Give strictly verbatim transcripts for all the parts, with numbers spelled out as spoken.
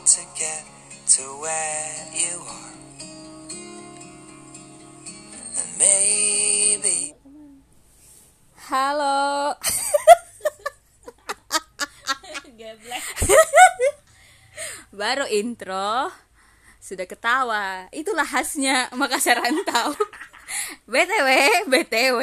to get to where you are. And maybe Halo. Baru intro sudah ketawa. Itulah khasnya Makassar Rantau. B T W, B T W.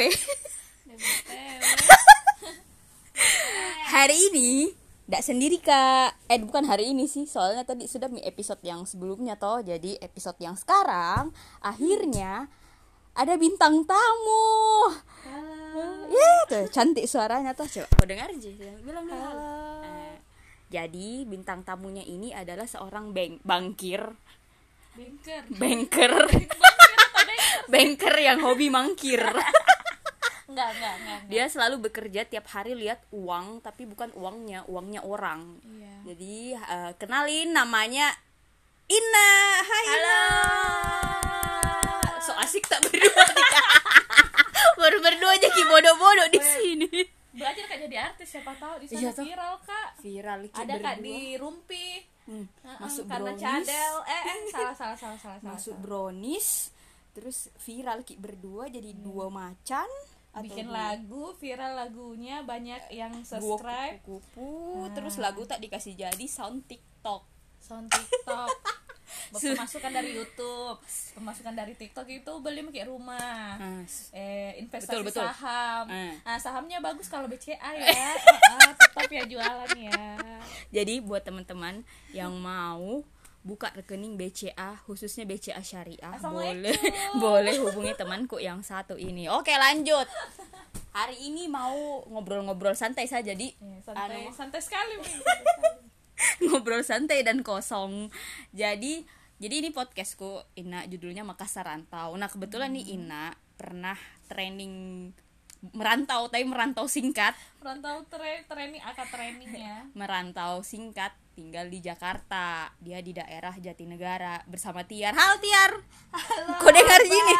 Hari ini tidak sendiri kak. Eh bukan hari ini sih, soalnya tadi sudah mi episode yang sebelumnya toh. Jadi episode yang sekarang akhirnya ada bintang tamu. Halo. Ya tuh cantik suaranya tuh. Coba kau dengar aja. Bilang dulu. Halo. Nah, jadi bintang tamunya ini adalah seorang bank bankir. Banker. Banker. Banker yang hobi mangkir. Enggak, enggak, enggak. Dia selalu bekerja tiap hari lihat uang, tapi bukan uangnya, uangnya orang. Iya. Jadi uh, kenalin namanya Ina. Hai Halo. Ina. So asik tak berdua nih. Baru berdua aja ki bodoh-bodoh di sini. Belajar kak jadi artis, siapa tahu di sana Iya, toh. viral kak. Viral ki Ada berdua. kak di Rumpi. Hmm, Uh-uh, masuk karena brownies. cadel. Eh, eh salah salah salah salah. Masuk salah. brownies. Terus viral ki berdua jadi dua macan. Bikin atau lagu, viral lagunya, banyak yang dua subscribe. kupu-kupu. Nah. Terus lagu tak dikasih jadi sound TikTok. Sound TikTok. Pemasukan dari YouTube, pemasukan dari TikTok itu beli pakai rumah. Nah, Eh, investasi Betul, betul. saham. Eh. Nah, sahamnya bagus kalau B C A ya. uh, tetap ya jualan ya. Jadi buat teman-teman yang mau buka rekening B C A, khususnya B C A Syariah, boleh boleh hubungi temanku yang satu ini. Oke, lanjut. Hari ini mau ngobrol-ngobrol santai saja, di Ya, santai, anu, santai sekali, Mi. ngobrol santai dan kosong. Jadi jadi ini podcastku, Ina, judulnya Makassar Rantau. Nah, kebetulan nih Ina pernah training merantau, tapi merantau singkat. Merantau tra- training, akad training ya. Merantau singkat, tinggal di Jakarta. Dia di daerah Jatinegara bersama Tiar. Halo Tiar. Halo. Kau dengar gini?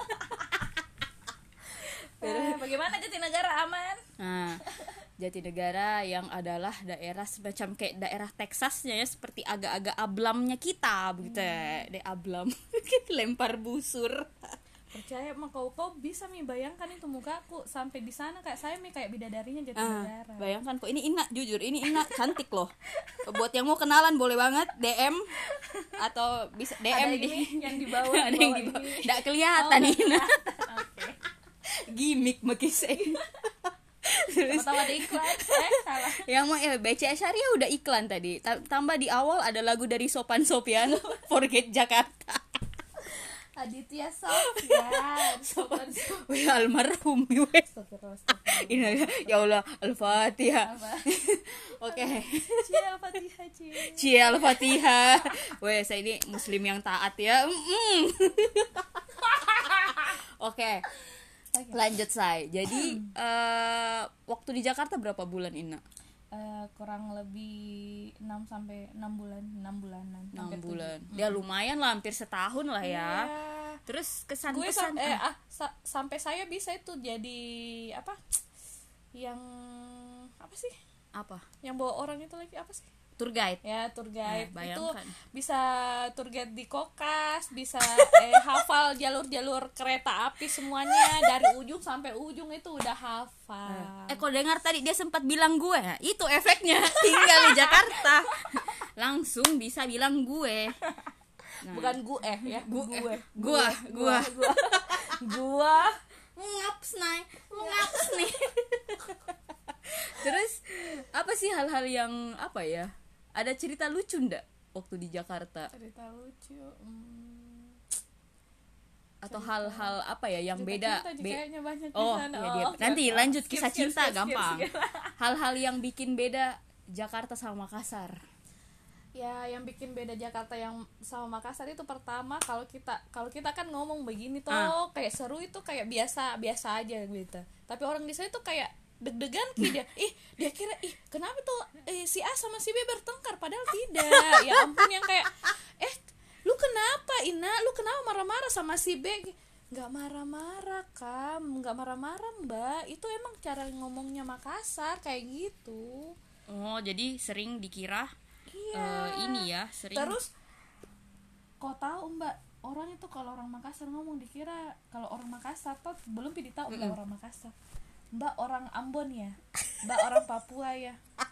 Eh, bagaimana Jatinegara, aman? Nah, Jatinegara yang adalah daerah semacam kayak daerah Texasnya ya, seperti agak-agak ablamnya kita begitu ya. De ablam. Lempar busur. Percaya emang kau kau bisa Mi bayangkan itu mukaku sampai di sana kayak saya Mi kayak bidadarinya Ah, Jatinegara. bayangkan kok ini Ina, jujur ini Ina cantik loh. Buat yang mau kenalan boleh banget D M atau bisa D M Ada di ini yang di bawah, ada di yang bawah di bawah. ini. Nggak kelihatan Oh, Ina. Oke. Gimik makiseng. Pertama ada iklan, eh salah. Yang mau ya B C A Syariah udah iklan tadi. Ta- Tambah di awal ada lagu dari Sopan Sopian, Forget Jakarta. Aditya Sofyan. Sopan Wih almarhum weh. Astagfirullah. Ini ya Allah, Al-Fatihah. Apa? Oke. Cie Al-Fatihah cie. Cie Al-Fatihah. Weh, saya ini muslim yang taat ya. Mm-mm. Oke. Lanjut say. Jadi eh, waktu di Jakarta berapa bulan Ina? Eh, kurang lebih enam sampai enam bulan, enam bulanan. enam hampir bulan. tujuh. Ya lumayan lah, hampir setahun lah ya. Iya. Terus Gue kesan-kesan sam- eh ah sa- sampai saya bisa itu jadi apa? Yang apa sih? apa? Yang bawa orang itu lagi apa sih? Tour guide. Ya tour guide Nah, itu bayangkan. bisa tour guide di Kokas, bisa eh, hafal jalur-jalur kereta api semuanya dari ujung sampai ujung itu udah hafal. Eh kau dengar tadi dia sempat bilang gue, ya? Itu efeknya tinggal di Jakarta. Langsung bisa bilang gue. Nah, Bukan gue eh ya, Gu- gue. eh, gua, gua. gua. Gua. ngaps nih, ngaps nih. Terus apa sih hal-hal yang apa ya? Ada cerita lucu ndak waktu di Jakarta? Cerita lucu. Hmm. Atau hal-hal apa ya yang beda? Cerita-cerita Be- kayaknya banyak di oh, sana. iya dia. Oh, Nanti oke. lanjut Skip, kisah skip, cinta skip, skip, gampang. skip. Hal-hal yang bikin beda Jakarta sama Makassar. Ya, yang bikin beda Jakarta yang sama Makassar itu pertama kalau kita kalau kita kan ngomong begini tuh Ah. kayak seru itu kayak biasa biasa aja gitu. Tapi orang di sana tuh kayak deg-degan ki dia. Ih, dia kira ih kenapa tuh eh, si A sama si B bertengkar padahal tidak. Ya ampun yang kayak eh lu kenapa Ina? Lu kenapa marah-marah sama si B? Nggak marah-marah Kam, nggak marah-marah Mbak. Itu emang cara ngomongnya Makassar kayak gitu. Oh, jadi sering dikira Iya. eh, ini ya sering. Terus kau tahu Mbak, orang itu kalau orang Makassar ngomong dikira kalau orang Makassar tuh belum pilih tahu Mbak orang Makassar. Mbak orang Ambon ya. Mbak orang Papua ya.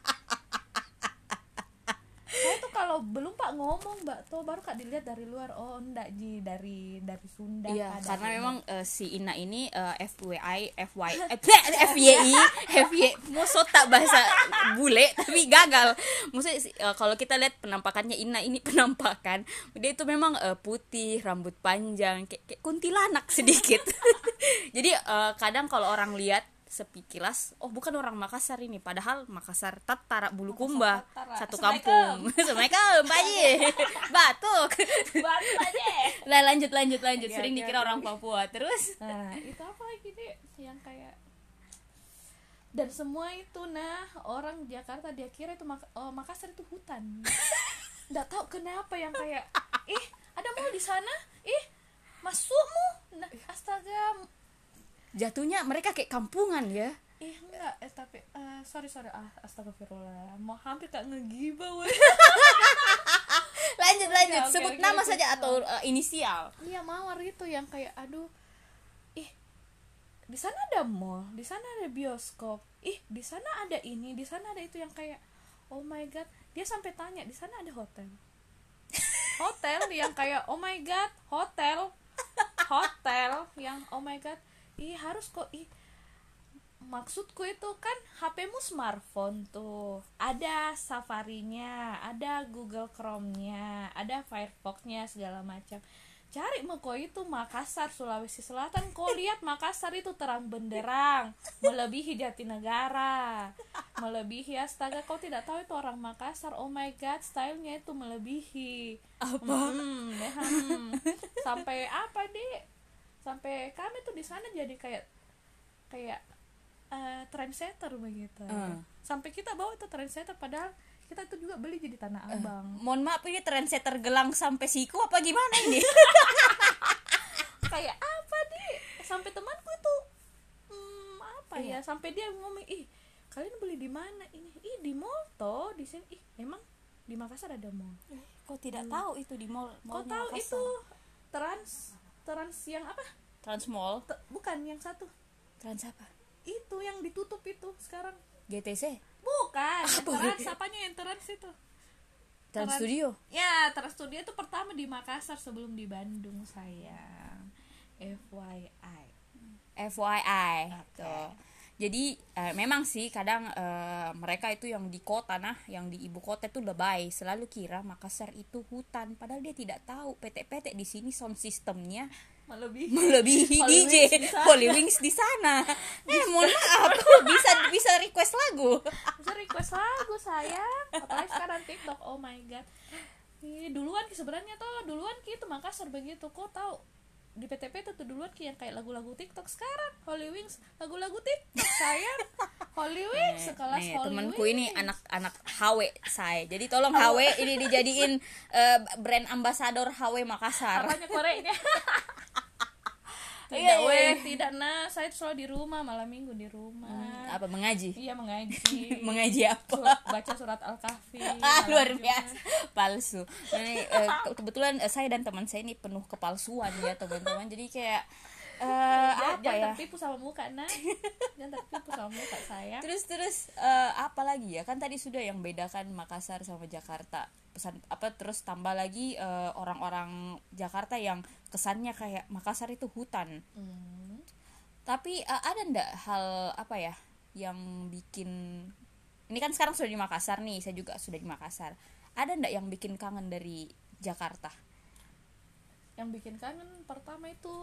Saya tuh kalau belum Pak ngomong Mbak tuh baru Kak dilihat dari luar, oh enggak Ji dari dari Sunda. Iya, Kak, dari karena Mbak. memang eh, si Ina ini eh, F W I, F Y, eh, F Y I, F Y, musuh tak bahasa bule tapi gagal. Maksudnya si- eh, kalau kita lihat penampakannya Ina ini penampakan, dia itu memang eh, putih, rambut panjang, kayak, kayak kuntilanak sedikit. Jadi eh, kadang kalau orang lihat sepikilas, oh bukan orang Makassar ini, padahal Makassar Tatara Bulukumba, Tatara. satu Assalamualaikum. kampung. Assalamualaikum, Pak Ji. Batuk. Baru aja. Lah lanjut lanjut lanjut, Oke, sering oke, dikira oke. orang Papua. Terus Nah, itu apa lagi deh yang kayak dan semua itu nah orang Jakarta dia kira itu Mak- oh, Makassar itu hutan. Nggak tahu kenapa yang kayak ih ada mall di sana, ih masukmu, nah, astaga, jatuhnya mereka kayak kampungan ya. ih enggak, eh tapi eh, sorry sorry ah astagfirullah, mau hampir kak ngegibah weh. Lanjut lanjut, oke, sebut oke, nama oke. saja atau uh, inisial. Iya mawar itu yang kayak aduh, ih di sana ada mall, di sana ada bioskop, ih di sana ada ini, di sana ada itu yang kayak oh my god, dia sampai tanya di sana ada hotel, hotel yang kayak oh my god, hotel, hotel yang oh my god, ih harus kok ih. Maksudku itu kan H P-mu smartphone tuh, ada Safari-nya, ada Google Chrome-nya, ada Firefox-nya segala macam. Cari mau kau itu Makassar, Sulawesi Selatan, kau lihat Makassar itu terang benderang, melebihi Jatinegara, melebihi astaga, kau tidak tahu itu orang Makassar, oh my god, stylenya itu melebihi. Apa? Hmm, ya, hmm. Sampai apa deh? Sampai kami tuh di sana jadi kayak kayak uh, trendsetter begitu. Uh. Sampai kita bawa itu trendsetter padahal kita itu juga beli jadi Tanah Abang. Mohon maaf, ini trendsetter gelang sampai siku apa gimana ini? Kayak apa nih? Sampai temanku itu hmm, apa ya? Sampai dia ngomong, "Ih, kalian beli di mana ini?" "Ih, di mall toh, di sini." "Ih, emang di Makassar ada mall?" Kok tidak tahu itu di mall? Kau mallnya tahu Makassar. itu trans trans yang apa? Trans Mall, T- bukan yang satu. Trans apa? Itu yang ditutup itu sekarang. G T C, Bukan, yang Apa? trans apanya yang trans itu? Trans Trans- Studio. Ya, Trans Studio itu pertama di Makassar sebelum di Bandung, sayang. F Y I. F Y I. Oke. Tuh. Jadi eh, memang sih kadang eh, mereka itu yang di kota, nah yang di ibu kota itu lebay, selalu kira Makassar itu hutan, padahal dia tidak tahu P T P T di sini sound systemnya Melebihi. melebihi Holy D J Wings di sana. Holy Wings di sana. Eh mohon maaf, bisa bisa request lagu. Bisa request lagu, sayang. Apalagi sekarang TikTok, oh my god. Ih, duluan ki sebenarnya tuh, duluan ki itu Makassar begitu. Kok tahu di P T P T tuh duluan ki yang kayak lagu-lagu TikTok. Sekarang Holy Wings lagu-lagu TikTok, sayang. Holy Wings sekelas Nih, Holy temanku Wings. ini anak-anak H W saya. Jadi tolong H W ini dijadiin eh, brand ambassador H W Makassar. Apanya korenya? Tidak, Iya, iya, weh, iya. tidak nah, saya selalu di rumah, malam minggu di rumah. Apa mengaji? Iya mengaji. Mengaji apa? Surat- baca surat Al-Kahfi. Ah, malam luar Jumat. biasa, palsu. Ini, eh, ke- kebetulan eh, saya dan teman saya ini penuh kepalsuan ya teman-teman. Jadi kayak eh, Jangan, apa jangan ya? tertipu sama muka nah. Jangan tertipu sama muka saya. Terus terus eh, apa lagi ya? Kan tadi sudah yang bedakan Makassar sama Jakarta. Pesan apa terus tambah lagi eh, orang-orang Jakarta yang kesannya kayak Makassar itu hutan. Hmm. Tapi eh, ada ndak hal apa ya yang bikin, ini kan sekarang sudah di Makassar nih, saya juga sudah di Makassar. Ada ndak yang bikin kangen dari Jakarta? Yang bikin kangen pertama itu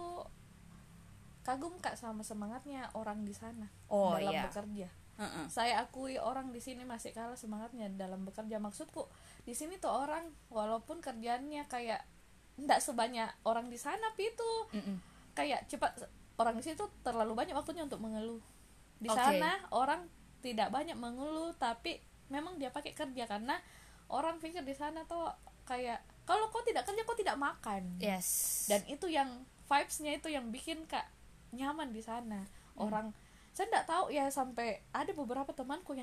kagum Kak sama semangatnya orang di sana Oh, dalam iya. bekerja. Heeh. Saya akui orang di sini masih kalah semangatnya dalam bekerja. Maksudku di sini tuh orang walaupun kerjaannya kayak nggak sebanyak orang di sana, pi itu Mm-mm. kayak cepat, orang di sini tuh terlalu banyak waktunya untuk mengeluh. Di Oke. sana orang tidak banyak mengeluh, tapi memang dia pakai kerja karena orang pikir di sana tuh kayak kalau kau tidak kerja kau tidak makan. Yes. Dan itu yang vibes-nya itu yang bikin Kak nyaman di sana. Orang saya enggak tahu ya, sampai ada beberapa temanku yang enggak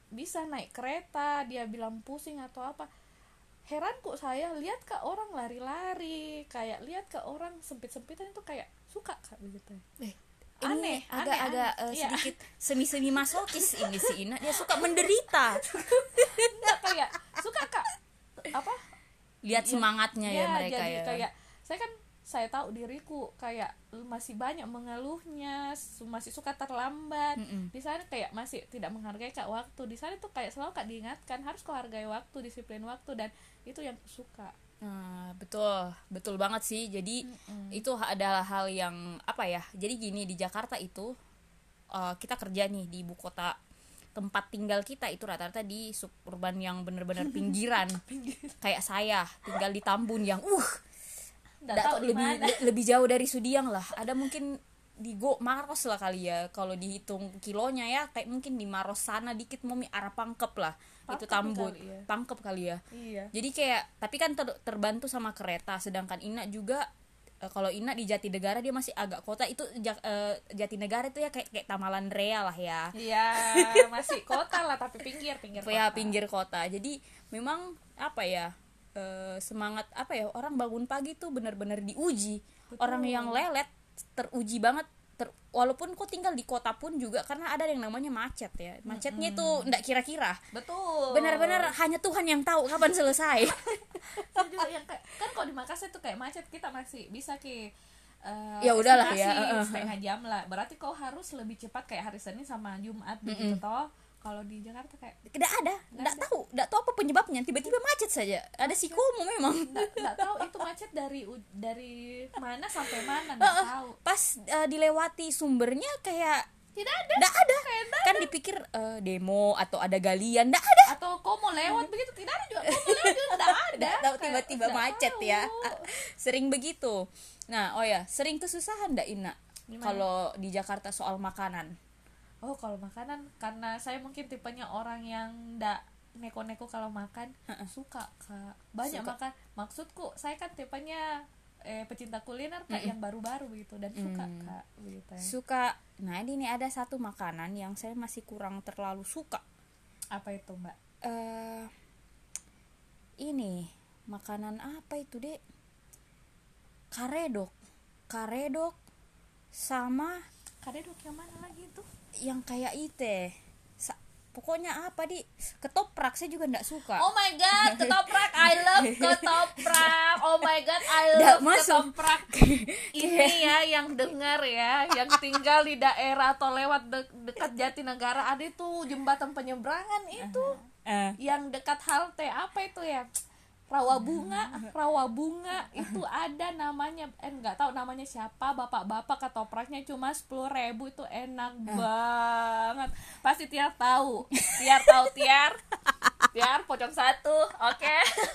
bisa naik kereta, dia bilang pusing atau apa. Heran kok saya lihat ke orang lari-lari, kayak lihat ke orang sempit-sempitan itu kayak suka Kak begitu. Eh, Aneh, ini agak-agak aneh, eh, iya. sedikit semi-semi masokis ini si Ina, dia suka menderita. Enggak, kayak suka Kak apa? Lihat semangatnya ya, mereka jadi ya. kayak saya kan saya tahu diriku kayak masih banyak mengeluhnya, su- masih suka terlambat. Mm-mm. Di sana kayak masih tidak menghargai Kak waktu. Di sana tuh kayak selalu Kak diingatkan harus kau hargai waktu, disiplin waktu, dan itu yang suka. Nah, betul, betul banget sih. Jadi Mm-mm. itu adalah hal yang apa ya? Jadi gini, di Jakarta itu eh, kita kerja nih di ibu kota, tempat tinggal kita itu rata-rata di suburban yang bener-bener pinggiran. Kayak saya tinggal di Tambun yang uh, Nggak nggak tahu tahu di lebih mana. le- lebih jauh dari Sudiang lah. Ada mungkin di Go Maros lah kali ya. Kalau dihitung kilonya ya, kayak mungkin di Maros sana dikit mau arah Pangkep lah. Itu Pangkep Tambun, kali ya. Pangkep kali ya. Iya. Jadi kayak tapi kan ter- terbantu sama kereta, sedangkan Ina juga eh, kalau Ina di Jatinegara dia masih agak kota, itu Ja- eh, Jatinegara itu ya kayak kayak Tamalan Rea lah ya. Iya, masih kota lah tapi pinggir pinggir Ya kota. pinggir kota. Jadi memang apa ya? eh, semangat apa ya, orang bangun pagi tuh benar-benar diuji. Betul. Orang yang lelet teruji banget. Ter- walaupun kok tinggal di kota pun juga, karena ada yang namanya macet ya. Macetnya itu ndak kira-kira. Betul. Benar-benar hanya Tuhan yang tahu kapan selesai. Saya juga yang kayak kan kalau di Makassar tuh kayak macet, kita masih bisa ki eh, Ya udahlah estimasi ya, uh-uh. setengah jam lah. Berarti kau harus lebih cepat kayak hari Senin sama Jumat begitu toh. Kalau di Jakarta kayak Tidak ada, tidak tahu, tidak tahu apa penyebabnya. Tiba-tiba macet saja. Ada sikomo memang. nggak nggak tahu itu macet dari u- dari mana sampai mana nggak Heeh. tahu. Pas eh, dilewati sumbernya kayak Tidak ada. tidak ada. Kayak nggak Kan dipikir eh, demo atau ada galian, tidak ada. atau kau mau lewat begitu tidak ada juga. Kau mau lewat juga tidak ada. Tidak tahu Kayak tiba-tiba nggak macet tahu. ya. Sering begitu. Nah, oh ya, sering kesusahan ndak Ina Gimana? kalau di Jakarta soal makanan? Oh, kalau makanan karena saya mungkin tipenya orang yang ndak neko-neko kalau makan, suka Kak. Banyak Suka. makan. Maksudku saya kan tipenya eh pecinta kuliner Kak, yang baru-baru begitu dan suka Mm. Kak begitu ya. Suka. Nah, ini nih ada satu makanan yang saya masih kurang terlalu suka. Apa itu, Mbak? eh ini makanan apa itu, Dek? Karedok. Karedok sama Karedok yang mana lagi itu? yang kayak ite. Sa- pokoknya apa, Di? Ketoprak saya juga enggak suka. Oh my god, ketoprak. I love ketoprak. Oh my god, I Nggak love masuk. ketoprak. Ini ya yang dengar ya, yang tinggal di daerah atau lewat de- dekat Jatinegara, ada tuh jembatan penyeberangan itu. Eh, Yang dekat halte apa itu ya? Rawa bunga, rawa bunga itu ada namanya, eh nggak tahu namanya siapa, bapak-bapak ketopraknya cuma sepuluh ribu, itu enak banget. Pasti Tiar tahu, Tiar tahu Tiar, Tiar pocong satu, oke?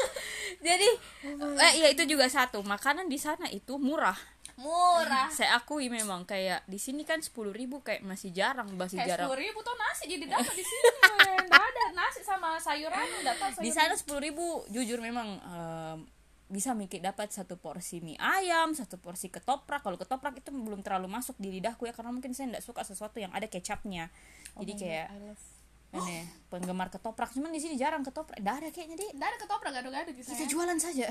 jadi eh iya itu juga satu. Makanan di sana itu murah. Murah. Saya akui memang kayak di sini kan sepuluh ribu kayak masih jarang, masih Kayak jarang. sepuluh ribu tuh nasi jadi dapat di sini, nggak ada nasi sama sayuran, nggak tahu sayuran. Di sana sepuluh ribu jujur memang em, bisa mikir dapat satu porsi mie ayam, satu porsi ketoprak. Kalau ketoprak itu belum terlalu masuk di lidahku ya, karena mungkin saya tidak suka sesuatu yang ada kecapnya. Jadi kayak I love. aneh, penggemar ketoprak. Cuman di sini jarang ketoprak. Nggak ada kayaknya, Di. Nggak ada ketoprak, gado-gado di sana. Kita jualan saja.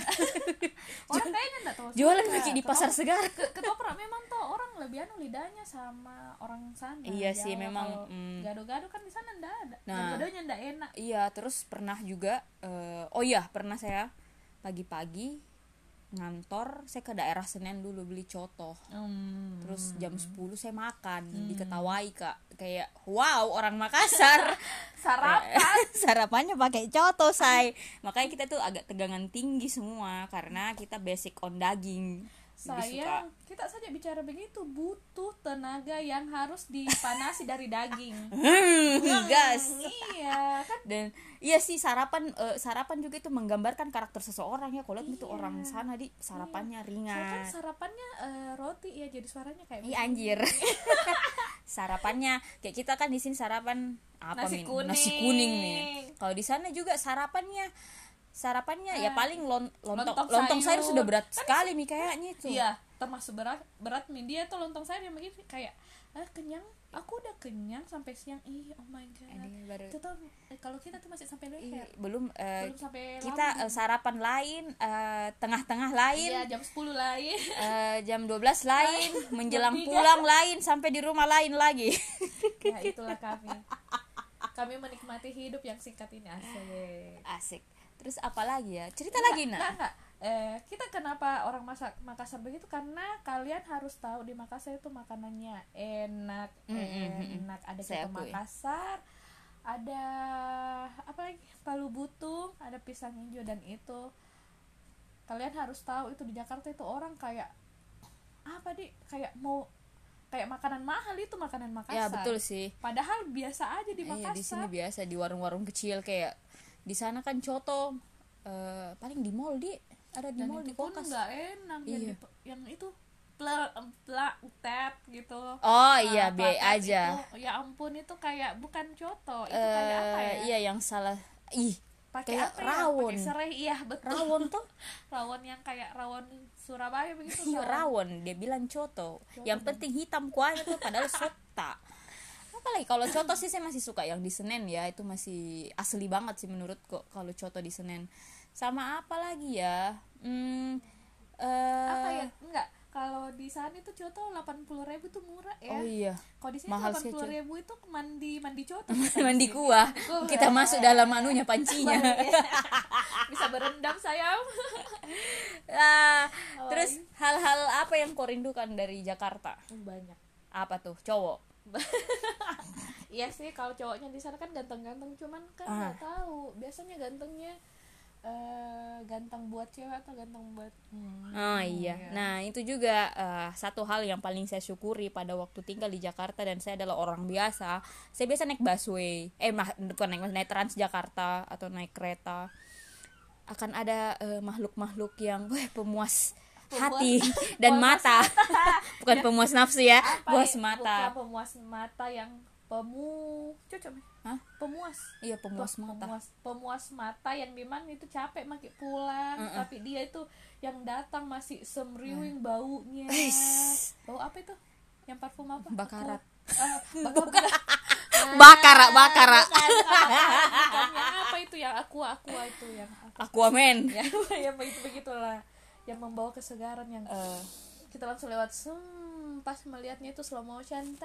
Orang kayaknya nggak tahu. Jualan suka. lagi di pasar Ketoprak- segar. ke- ketoprak memang tuh orang lebih anu lidahnya sama orang sana. Iya sih, Jawa. memang, Kalau mm. gado-gado kan di sana ndak ada. Nah. Gado-gadonya ndak enak. Iya, terus pernah juga eh, oh iya, pernah saya pagi-pagi ngantor, saya ke daerah Senen dulu beli coto. Hmm. Terus jam sepuluh saya makan, diketawai Kak. Kayak wow, orang Makassar. Sarapan. Sarapannya pakai coto, say. Makanya kita tuh agak tegangan tinggi semua karena kita basic on daging. Lebih suka. Sayang, kita saja bicara begitu butuh tenaga yang harus dipanasi dari daging. Hmm, gas. Iya, kan Dan iya sih, sarapan eh, sarapan juga itu menggambarkan karakter seseorang ya. Kalau lihat itu orang sana, Di, sarapannya saya kan ringan. sarapannya eh, roti ya, jadi suaranya kayak Ih anjir. Sarapannya kayak kita kan di sini sarapan apa Nasi Min? kuning. Nasi kuning nih. Kalau di sana juga sarapannya sarapannya ya Eh, paling lon- lontong lontong lontong sayur sayur. sudah berat Kan sekali nih kayaknya itu. Iya, termasuk berat berat nih dia tuh lontong sayur yang begini kayak ah kenyang, aku udah kenyang sampai siang, ih oh my god. Ini baru Itu tuh eh, kalau kita tuh masih sampai leher, belum, eh, belum sampai kita lambung. eh, sarapan lain, eh, tengah-tengah lain, Iya jam sepuluh lain. eh, jam dua belas lain, menjelang tiga. pulang lain, sampai di rumah lain lagi. Ya itulah kami kami menikmati hidup yang singkat ini, asik. Asik. Terus apa lagi ya? Cerita Enggak, lagi, Nak. enggak, enggak. Eh, kita kenapa orang masak Makassar begitu, karena kalian harus tahu di Makassar itu makanannya enak, Mm, mm, mm, mm. enak. Ada Saya coto akui. Makassar, ada apa lagi, palu butung, ada pisang hijau, dan itu kalian harus tahu itu di Jakarta itu orang kayak apa di kayak mau kayak makanan mahal itu makanan Makassar. Ya betul sih. Padahal biasa aja di Iya, Makassar. di sini biasa di warung-warung kecil kayak di sana kan coto eh, paling di mall di ada di Dan mall itu di pun kulkas. nggak enak yang, Iya. di- yang itu plak plak tet gitu. Oh iya, Nah, biar platet aja. itu, ya ampun itu kayak bukan coto, itu Eh, kayak apa ya? Iya yang salah. Ih, Pakai kayak apa ya? rawon. Pakai serai, iya betul. rawon tuh. Rawon yang kayak rawon Surabaya begitu. Iya, kan? rawon, dia bilang coto. Coto. Yang penting hitam kuahnya tuh padahal sota. Apalagi kalau coto sih saya masih suka yang di Senen ya, itu masih asli banget sih menurut kok kalau coto di Senen. Sama apa lagi ya? Hmm, eh, Apa ya? Enggak. Kalau di sana itu coto delapan puluh ribu tuh murah ya. Oh iya. Kalau di sini Mahal delapan sih, puluh Cuk. ribu itu mandi mandi coto. Mandi kuah. Kuah. Kita masuk dalam anunya pancinya. Bisa berendam sayang. Ah, Oh, terus hal-hal apa yang kau rindukan dari Jakarta? Banyak. Apa tuh? Cowok. Iya sih, kalau cowoknya di sana kan ganteng-ganteng, cuman kan Ah. nggak tahu biasanya gantengnya eh, ganteng buat cewek atau ganteng buat hmm, Oh iya. ya. Nah, itu juga eh, satu hal yang paling saya syukuri pada waktu tinggal di Jakarta, dan saya adalah orang biasa. Saya biasa naik busway. Eh, mah- bukan naik naik Transjakarta atau naik kereta. Akan ada eh, makhluk-makhluk yang wah, pemuas Pemuas- hati dan pemuas mata. Bukan pemuas nafsu ya, Apa puas ya? mata. Bukan pemuas mata yang pemu cocok nih. Hah? Pemuas. Iya, pemuas Pe- mata. Pemuas, pemuas mata yang dimana itu capek maki pulang, Mm-mm. tapi dia itu yang datang masih semriwing baunya. Eish. Bau apa itu? Yang parfum apa? Bakarat. Ah, bukan. Bakara, bakara. Bukan, bukan bakarat, bukan. Yang apa itu yang aqua aqua itu yang apa? Aquaman. Ya, yang begitu begitulah, yang membawa kesegaran yang Eh, kita langsung lewat hmm, pas melihatnya itu slow motion Oh.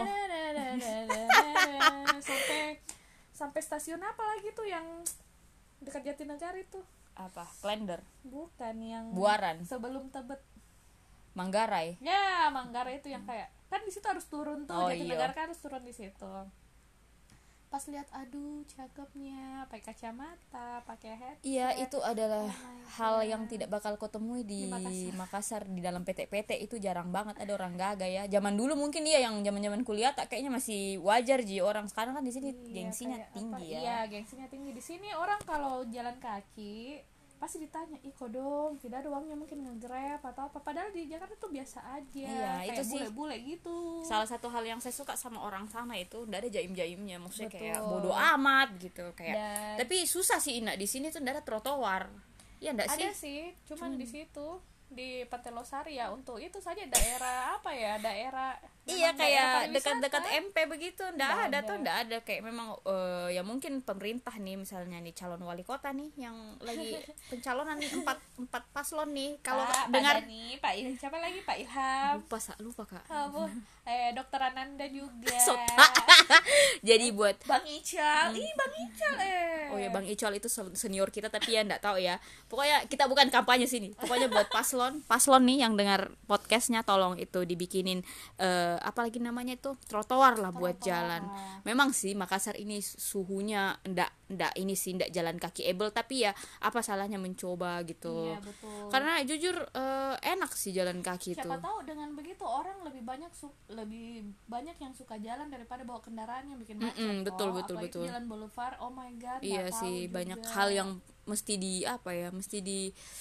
tadadadadadadada. sampai sampai stasiun apa lagi tuh yang dekat Jatinegara itu, apa? Klender, bukan yang Buaran, sebelum Tebet Manggarai. ya, Manggarai itu yang kayak kan di situ harus turun tuh, Oh, Jatinegara iya. kan harus turun di situ. Pas lihat aduh cakepnya, pakai kacamata, pakai headset. Iya, itu adalah Oh my hal God. yang tidak bakal kau temui di, Di Makassar. Makassar. Di dalam P T P T itu jarang banget ada orang gaga ya. Zaman dulu mungkin iya, yang zaman-zaman kuliah tak kayaknya masih wajar ji orang. Sekarang kan di sini Iya, gengsinya kayak tinggi apa, ya. Iya, gengsinya tinggi. Di sini orang kalau jalan kaki pasti ditanya, ih kok dong tidak ada uangnya mungkin nge-grab atau apa, padahal di Jakarta tuh biasa aja. Iya, kayak itu sih bule-bule gitu. Salah satu hal yang saya suka sama orang sana itu ndak ada jaim-jaimnya, maksudnya kayak Betul. bodoh amat gitu kayak. Dan- Tapi susah sih Ina, di sini tuh ndak ada trotoar. Iya ndak sih? ada sih, cuman di situ di Pantai Losari ya, untuk itu saja daerah apa ya, daerah Iya, memang daerah kayak pariwisata. dekat-dekat M P begitu ndak Nggak ada, ada. tuh ndak ada kayak memang eh, ya mungkin pemerintah nih misalnya nih calon wali kota nih yang lagi pencalonan nih empat empat paslon nih kalau Pak, dengar ada nih Pak Il, siapa lagi Pak Ilham, lupa Sa, lupa Kak. apa eh Dokter Ananda juga, Sota. Jadi buat Bang Ical, ih Bang Ical eh oh ya Bang Icol itu senior kita tapi ya ndak tahu ya. Pokoknya kita bukan kampanye sini. Pokoknya buat paslon, paslon nih yang dengar podcastnya tolong itu dibikinin eh, apa lagi namanya itu trotoar lah buat Trotoar. jalan. Memang sih Makassar ini suhunya ndak ndak ini sih ndak jalan kaki able, tapi ya apa salahnya mencoba gitu. Iya betul. Karena jujur eh, enak sih jalan kaki itu. Siapa tahu dengan begitu orang lebih banyak su- lebih banyak yang suka jalan daripada bawa kendaraan yang bikin macet. Mm-mm, betul, toh. betul, Apalagi betul. Jalan Boulevard, oh my god. Iya nggak tahu sih juga. banyak hal yang mesti di apa ya mesti di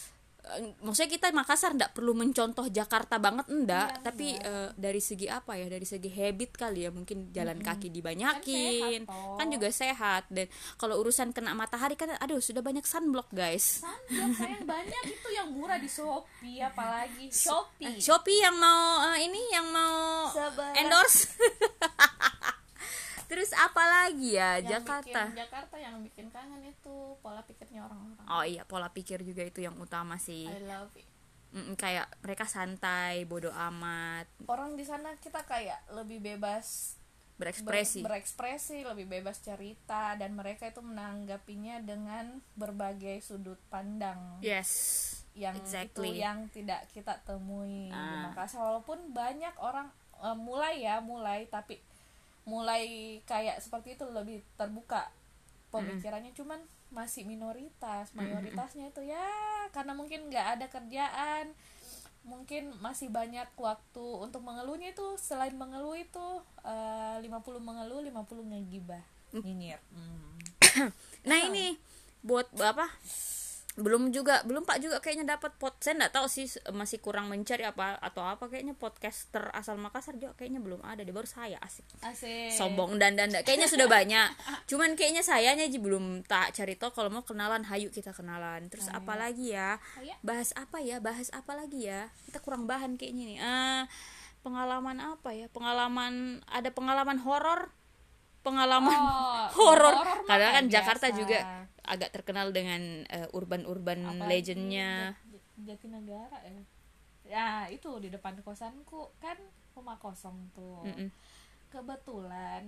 eh, maksudnya kita Makassar nggak perlu mencontoh Jakarta banget enggak, Iya, tapi eh, dari segi apa ya, dari segi habit kali ya, mungkin jalan kaki Kan dibanyakin, sehat, toh. kan juga sehat. Dan kalau urusan kena matahari kan aduh sudah banyak sunblock guys. Sunblock sayang banyak itu yang murah di Shopee, apalagi Shopee. Shopee yang mau eh, ini yang mau Sabar. endorse. Terus apa lagi ya, Yang Jakarta. bikin Jakarta yang bikin kangen itu pola pikirnya orang-orang. Oh iya, pola pikir juga itu yang utama sih. I love it. Mm, kayak mereka santai, bodo amat, Orang di sana kita kayak lebih bebas ber- berekspresi. berekspresi, lebih bebas cerita, dan mereka itu menanggapinya dengan berbagai sudut pandang. Yes. Yang exactly. itu yang tidak kita temui di Ah. Makassar, walaupun banyak orang eh, mulai ya mulai tapi mulai kayak seperti itu, lebih terbuka pemikirannya, cuman masih minoritas. Mayoritasnya itu ya karena mungkin nggak ada kerjaan, mungkin masih banyak waktu untuk mengeluhnya. Itu selain mengeluh itu eh, lima puluh mengeluh, lima puluh ngegibah, nyinyir. Hmm. Nah ini buat apa? Belum juga, belum Pak juga kayaknya dapat pot. Saya nggak tahu sih, masih kurang mencari apa atau apa, kayaknya podcaster asal Makassar juga kayaknya belum ada deh, baru saya asik. Asik. Sombong dan dan kayaknya sudah banyak. Cuman kayaknya sayanya aja belum tak cari tahu. Kalau mau kenalan, hayu kita kenalan. Terus Ayo. apa lagi ya? Ayo. Bahas apa ya? Bahas apa lagi ya? Kita kurang bahan kayaknya nih. Eh, pengalaman apa ya? Pengalaman, ada pengalaman horor. Pengalaman Oh, horor. horor mah Karena kan biasa. Jakarta juga agak terkenal dengan eh, urban-urban Apalagi legendnya. Jat- Jatinegara ya. Ya itu di depan kosanku kan rumah kosong tuh. Mm-mm. Kebetulan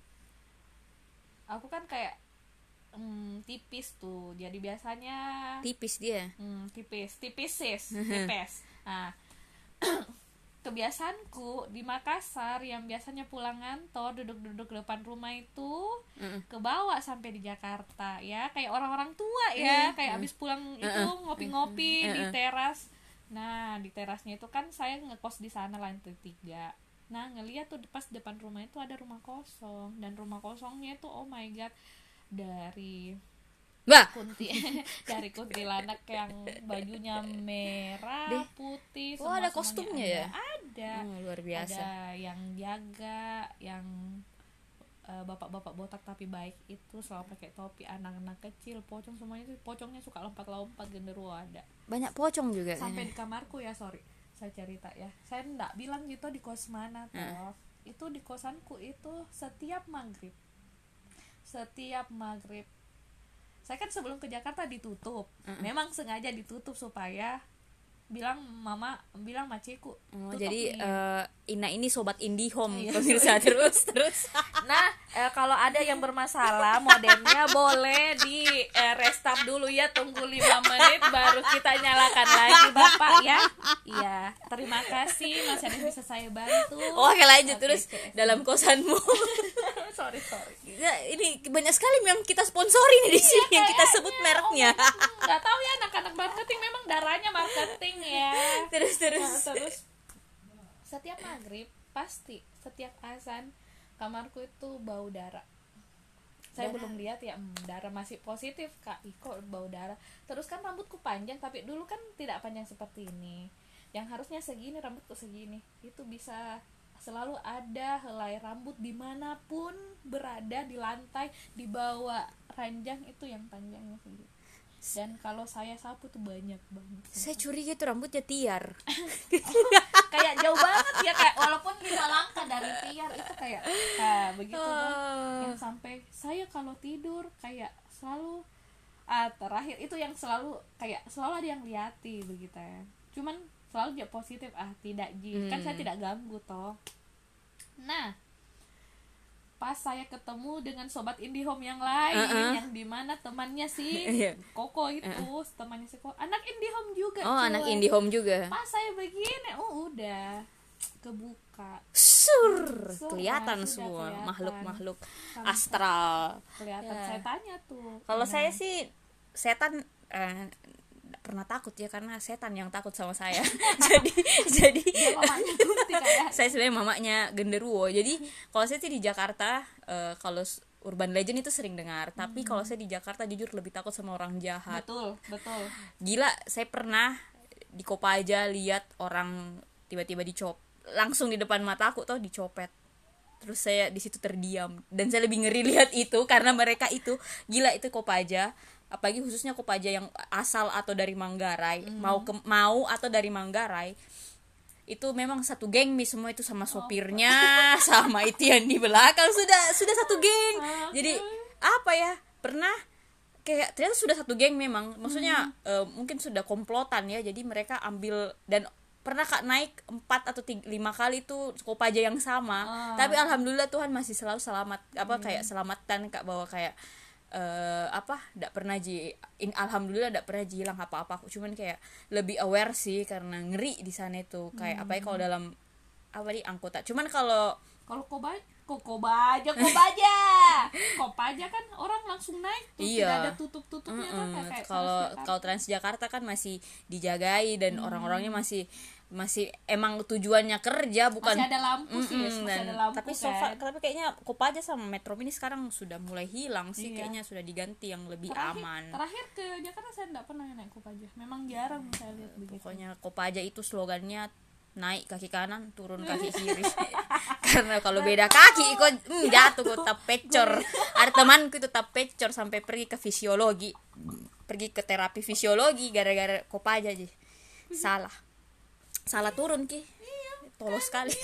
aku kan kayak mm, tipis tuh. Jadi biasanya Tipis dia. mm, tipis, tipis sis, tipis. Nah, kebiasaanku di Makassar yang biasanya pulang ngantor duduk-duduk depan rumah itu Mm-mm. ke bawah sampai di Jakarta ya, kayak orang-orang tua ya, kayak abis pulang itu ngopi-ngopi di teras. Nah di terasnya itu kan saya ngekos di sana lantai tiga. Nah ngeliat tuh pas depan rumah itu ada rumah kosong, dan rumah kosongnya itu oh my god, dari Wah, kunti dari kuntilanak yang bajunya merah, Deh. putih, Oh, ada semua-semuanya kostumnya ada. ya? Ada. oh, luar biasa. Ada yang jaga, yang eh, bapak-bapak botak tapi baik itu selalu pakai topi, anak-anak kecil, pocong semuanya tuh, pocongnya suka lompat-lompat, genderuwo ada. Banyak pocong juga. Sampai kayaknya. di kamarku ya, sorry, saya cerita ya. Saya enggak bilang gitu di kos mana toh. Itu di kosanku itu setiap maghrib. Setiap maghrib. Saya kan sebelum ke Jakarta ditutup. Memang sengaja ditutup supaya bilang mama, bilang maciku. Oh, "Tutup jadi nih." eh, Ina ini sobat IndiHome Iya. pemirsa. terus terus. Nah, eh, kalau ada yang bermasalah modemnya boleh di eh, restart dulu ya, tunggu lima menit baru kita nyalakan lagi Bapak ya. Iya, terima kasih, masih ada yang bisa saya bantu. Oh, oke lanjut. Oke, Terus oke. dalam kosanmu. sorry sorry. Ya, ini banyak sekali memang kita sponsori nih di sini yang kita sebut mereknya. Nggak tahu ya, anak-anak marketing memang darahnya marketing ya. terus terus. Nah, terus setiap maghrib pasti setiap azan kamarku itu bau darah. Saya Darah? belum lihat ya, hmm, darah masih positif kak. Ih, kok bau darah. Terus kan rambutku panjang, tapi dulu kan tidak panjang seperti ini. Yang harusnya segini, rambutku segini. Itu bisa selalu ada helai rambut dimanapun berada, di lantai, di bawah ranjang itu yang panjangnya segitu. Dan kalau saya sapu tuh banyak banget. Saya curiga itu rambutnya tiar. Kayak jauh banget ya, kayak walaupun lima langkah dari tiar itu kayak nah, begitu kan. Yang sampai saya kalau tidur kayak selalu ah, terakhir itu yang selalu kayak selalu ada yang liati begitu ya. Cuman selalu dia positif, ah tidak ji, kan saya tidak ganggu toh. Nah, pas saya ketemu dengan sobat IndiHome yang lain, Uh-uh. yang dimana temannya si Iya. Koko itu, temannya si Koko, anak IndiHome juga. Oh, cuy. anak IndiHome juga. Pas saya begini, oh udah kebuka, Sur, Sur, kelihatan sudah semua kelihatan. makhluk-makhluk Sampai astral. kelihatan. Ya. Saya tanya tuh. Kalau Nah, saya sih setan eh, nggak pernah takut ya, karena setan yang takut sama saya. jadi jadi dia mamanya Kunti kayak. saya sebenarnya mamanya genderuwo. Jadi kalau saya sih di Jakarta eh, kalau s- urban legend itu sering dengar, tapi kalau saya di Jakarta jujur lebih takut sama orang jahat. Betul, betul. Gila, saya pernah di Kopaja lihat orang tiba-tiba dicop langsung di depan mata aku tuh dicopet. Terus saya di situ terdiam dan saya lebih ngeri lihat itu karena mereka itu gila, itu Kopaja, apalagi khususnya Kopaja yang asal atau dari Manggarai, mm. mau ke, mau atau dari Manggarai, itu memang satu geng mi semua itu, sama sopirnya, oh. sama itu yang di belakang sudah sudah satu geng. Okay. Jadi apa ya, pernah kayak ternyata sudah satu geng memang, maksudnya hmm. uh, mungkin sudah komplotan ya, jadi mereka ambil, dan pernah kak naik empat atau tiga, lima kali tuh Kopaja yang sama, oh. tapi alhamdulillah Tuhan masih selalu selamat, apa hmm. kayak selamatan kak, bahwa kayak uh, apa ndak pernah ji in, alhamdulillah ndak pernah ji hilang apa-apa. Aku cuman kayak lebih aware sih karena ngeri di sana itu kayak hmm. apa ya kalau dalam apa di angkutan. Cuman kalau kalau Kobaja kok Kobaja Kobaja Kopaja kan orang langsung naik tuh, iya. tidak ada tutup-tutupnya. Mm-mm. Kan kayak kalau kalau Transjakarta kan masih dijagai dan hmm. orang-orangnya masih masih emang tujuannya kerja, bukan masih ada lampu sih, masih dan, ada lampu tapi kan. so far, tapi kayaknya Kopaja sama Metro Mini sekarang sudah mulai hilang sih, iya. kayaknya sudah diganti yang lebih terakhir, aman. Terakhir ke Jakarta saya enggak pernah naik Kopaja, memang jarang saya lihat begitu. Pokoknya Kopaja itu slogannya naik kaki kanan, turun kaki kiri. Karena kalau beda kaki kok mm, jatuh kok tak pecor. Ada temanku itu tak pecor sampai pergi ke fisiologi, pergi ke terapi fisiologi gara-gara Kopaja aja. Salah, salah turun ki, tolos sekali.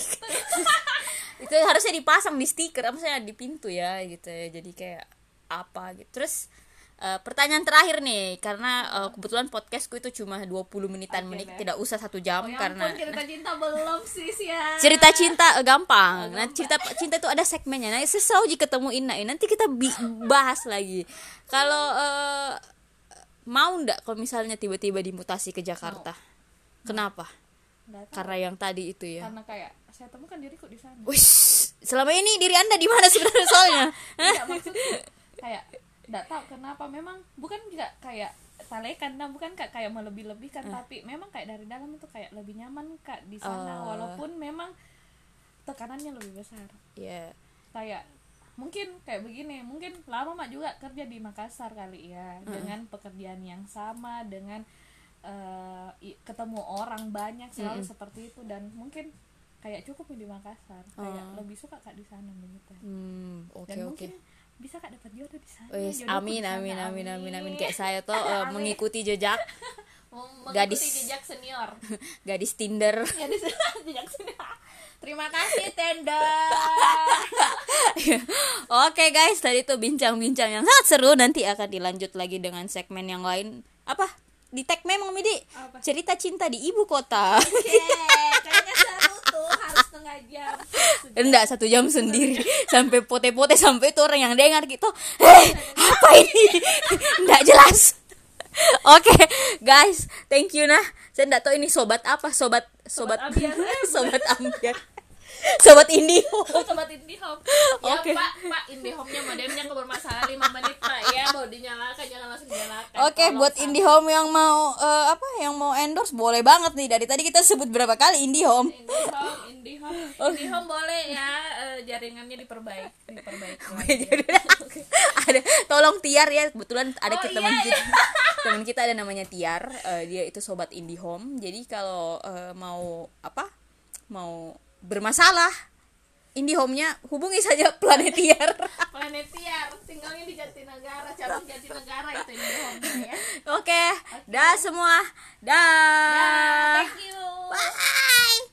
Itu harusnya dipasang di stiker, apa sih di pintu ya gitu ya. Jadi kayak apa gitu. Terus Uh, pertanyaan terakhir nih, karena uh, kebetulan podcastku itu cuma dua puluh menitan, okay, menit, deh. Tidak usah satu jam. Oh, karena ampun, cerita cinta belum sih ya. Cerita cinta uh, gampang. Oh, nah cerita cinta itu ada segmennya. Nah sesau jika ketemu Ina, nanti kita bi- bahas lagi. Kalau uh, mau ndak kalau misalnya tiba-tiba dimutasi ke Jakarta, no. Kenapa? Nggak, karena yang tadi itu ya. Karena kayak saya temukan diriku di sana. Wish, selama ini diri Anda di mana sebenarnya soalnya? Tidak, maksudnya kayak nggak tahu kenapa, memang bukan nggak kayak talekan, nah bukan kak kayak melebih-lebihkan, uh. tapi memang kayak dari dalam itu kayak lebih nyaman kak di sana, uh. walaupun memang tekanannya lebih besar. Yeah. Kayak mungkin kayak begini, mungkin lama mak juga kerja di Makassar kali ya, uh. dengan pekerjaan yang sama, dengan uh, ketemu orang banyak selalu uh-uh. seperti itu, dan mungkin kayak cukup di Makassar, kayak uh. lebih suka kak di sana begitu. Hmm, okay, dan mungkin okay. bisa kak dapat jodoh di sana. Oh, yes. Amin, amin, amin, amin, amin. Kayak saya tuh uh, mengikuti jejak mengikuti gadis jejak senior, gadis Tinder. Gadis jejak senior. Terima kasih Tinder. Oke okay, guys, tadi tuh bincang-bincang yang sangat seru. Nanti akan dilanjut lagi dengan segmen yang lain. Apa? Di tag memang Midi. Apa? Cerita cinta di ibu kota. Oke, okay. Kayaknya seru tuh, harus setengah jam. Enggak, satu jam sendiri. Sampai pote-pote, sampai itu orang yang dengar gitu. Eh, apa ini? Enggak jelas. Oke, okay, guys, thank you nah. Saya enggak tahu ini sobat apa, sobat sobat sobat ambiar. Sobat ambiar. Sobat IndiHome. Sobat IndiHome. Ya okay. Pak, Pak IndiHome-nya modemnya bermasalah lima menit Pak ya, mau dinyalakan jangan langsung dinyalakan. Oke, okay, buat IndiHome yang mau uh, apa yang mau endorse boleh banget nih. Dari tadi kita sebut berapa kali IndiHome. IndiHome, IndiHome. Oh. IndiHome boleh ya, uh, jaringannya diperbaiki, diperbaiki. Okay. Ada tolong Tiar ya, kebetulan ada oh, kita iya, teman iya. kita. Teman kita ada namanya Tiar, uh, dia itu sobat IndiHome. Jadi kalau uh, mau apa? Mau bermasalah IndiHome-nya, hubungi saja Planetiar. Planetiar, tinggalnya di Jatinegara, cabang Jatinegara itu IndiHome-nya ya. Oke, okay. okay. Dah semua. Dah. Dah, thank you. Bye.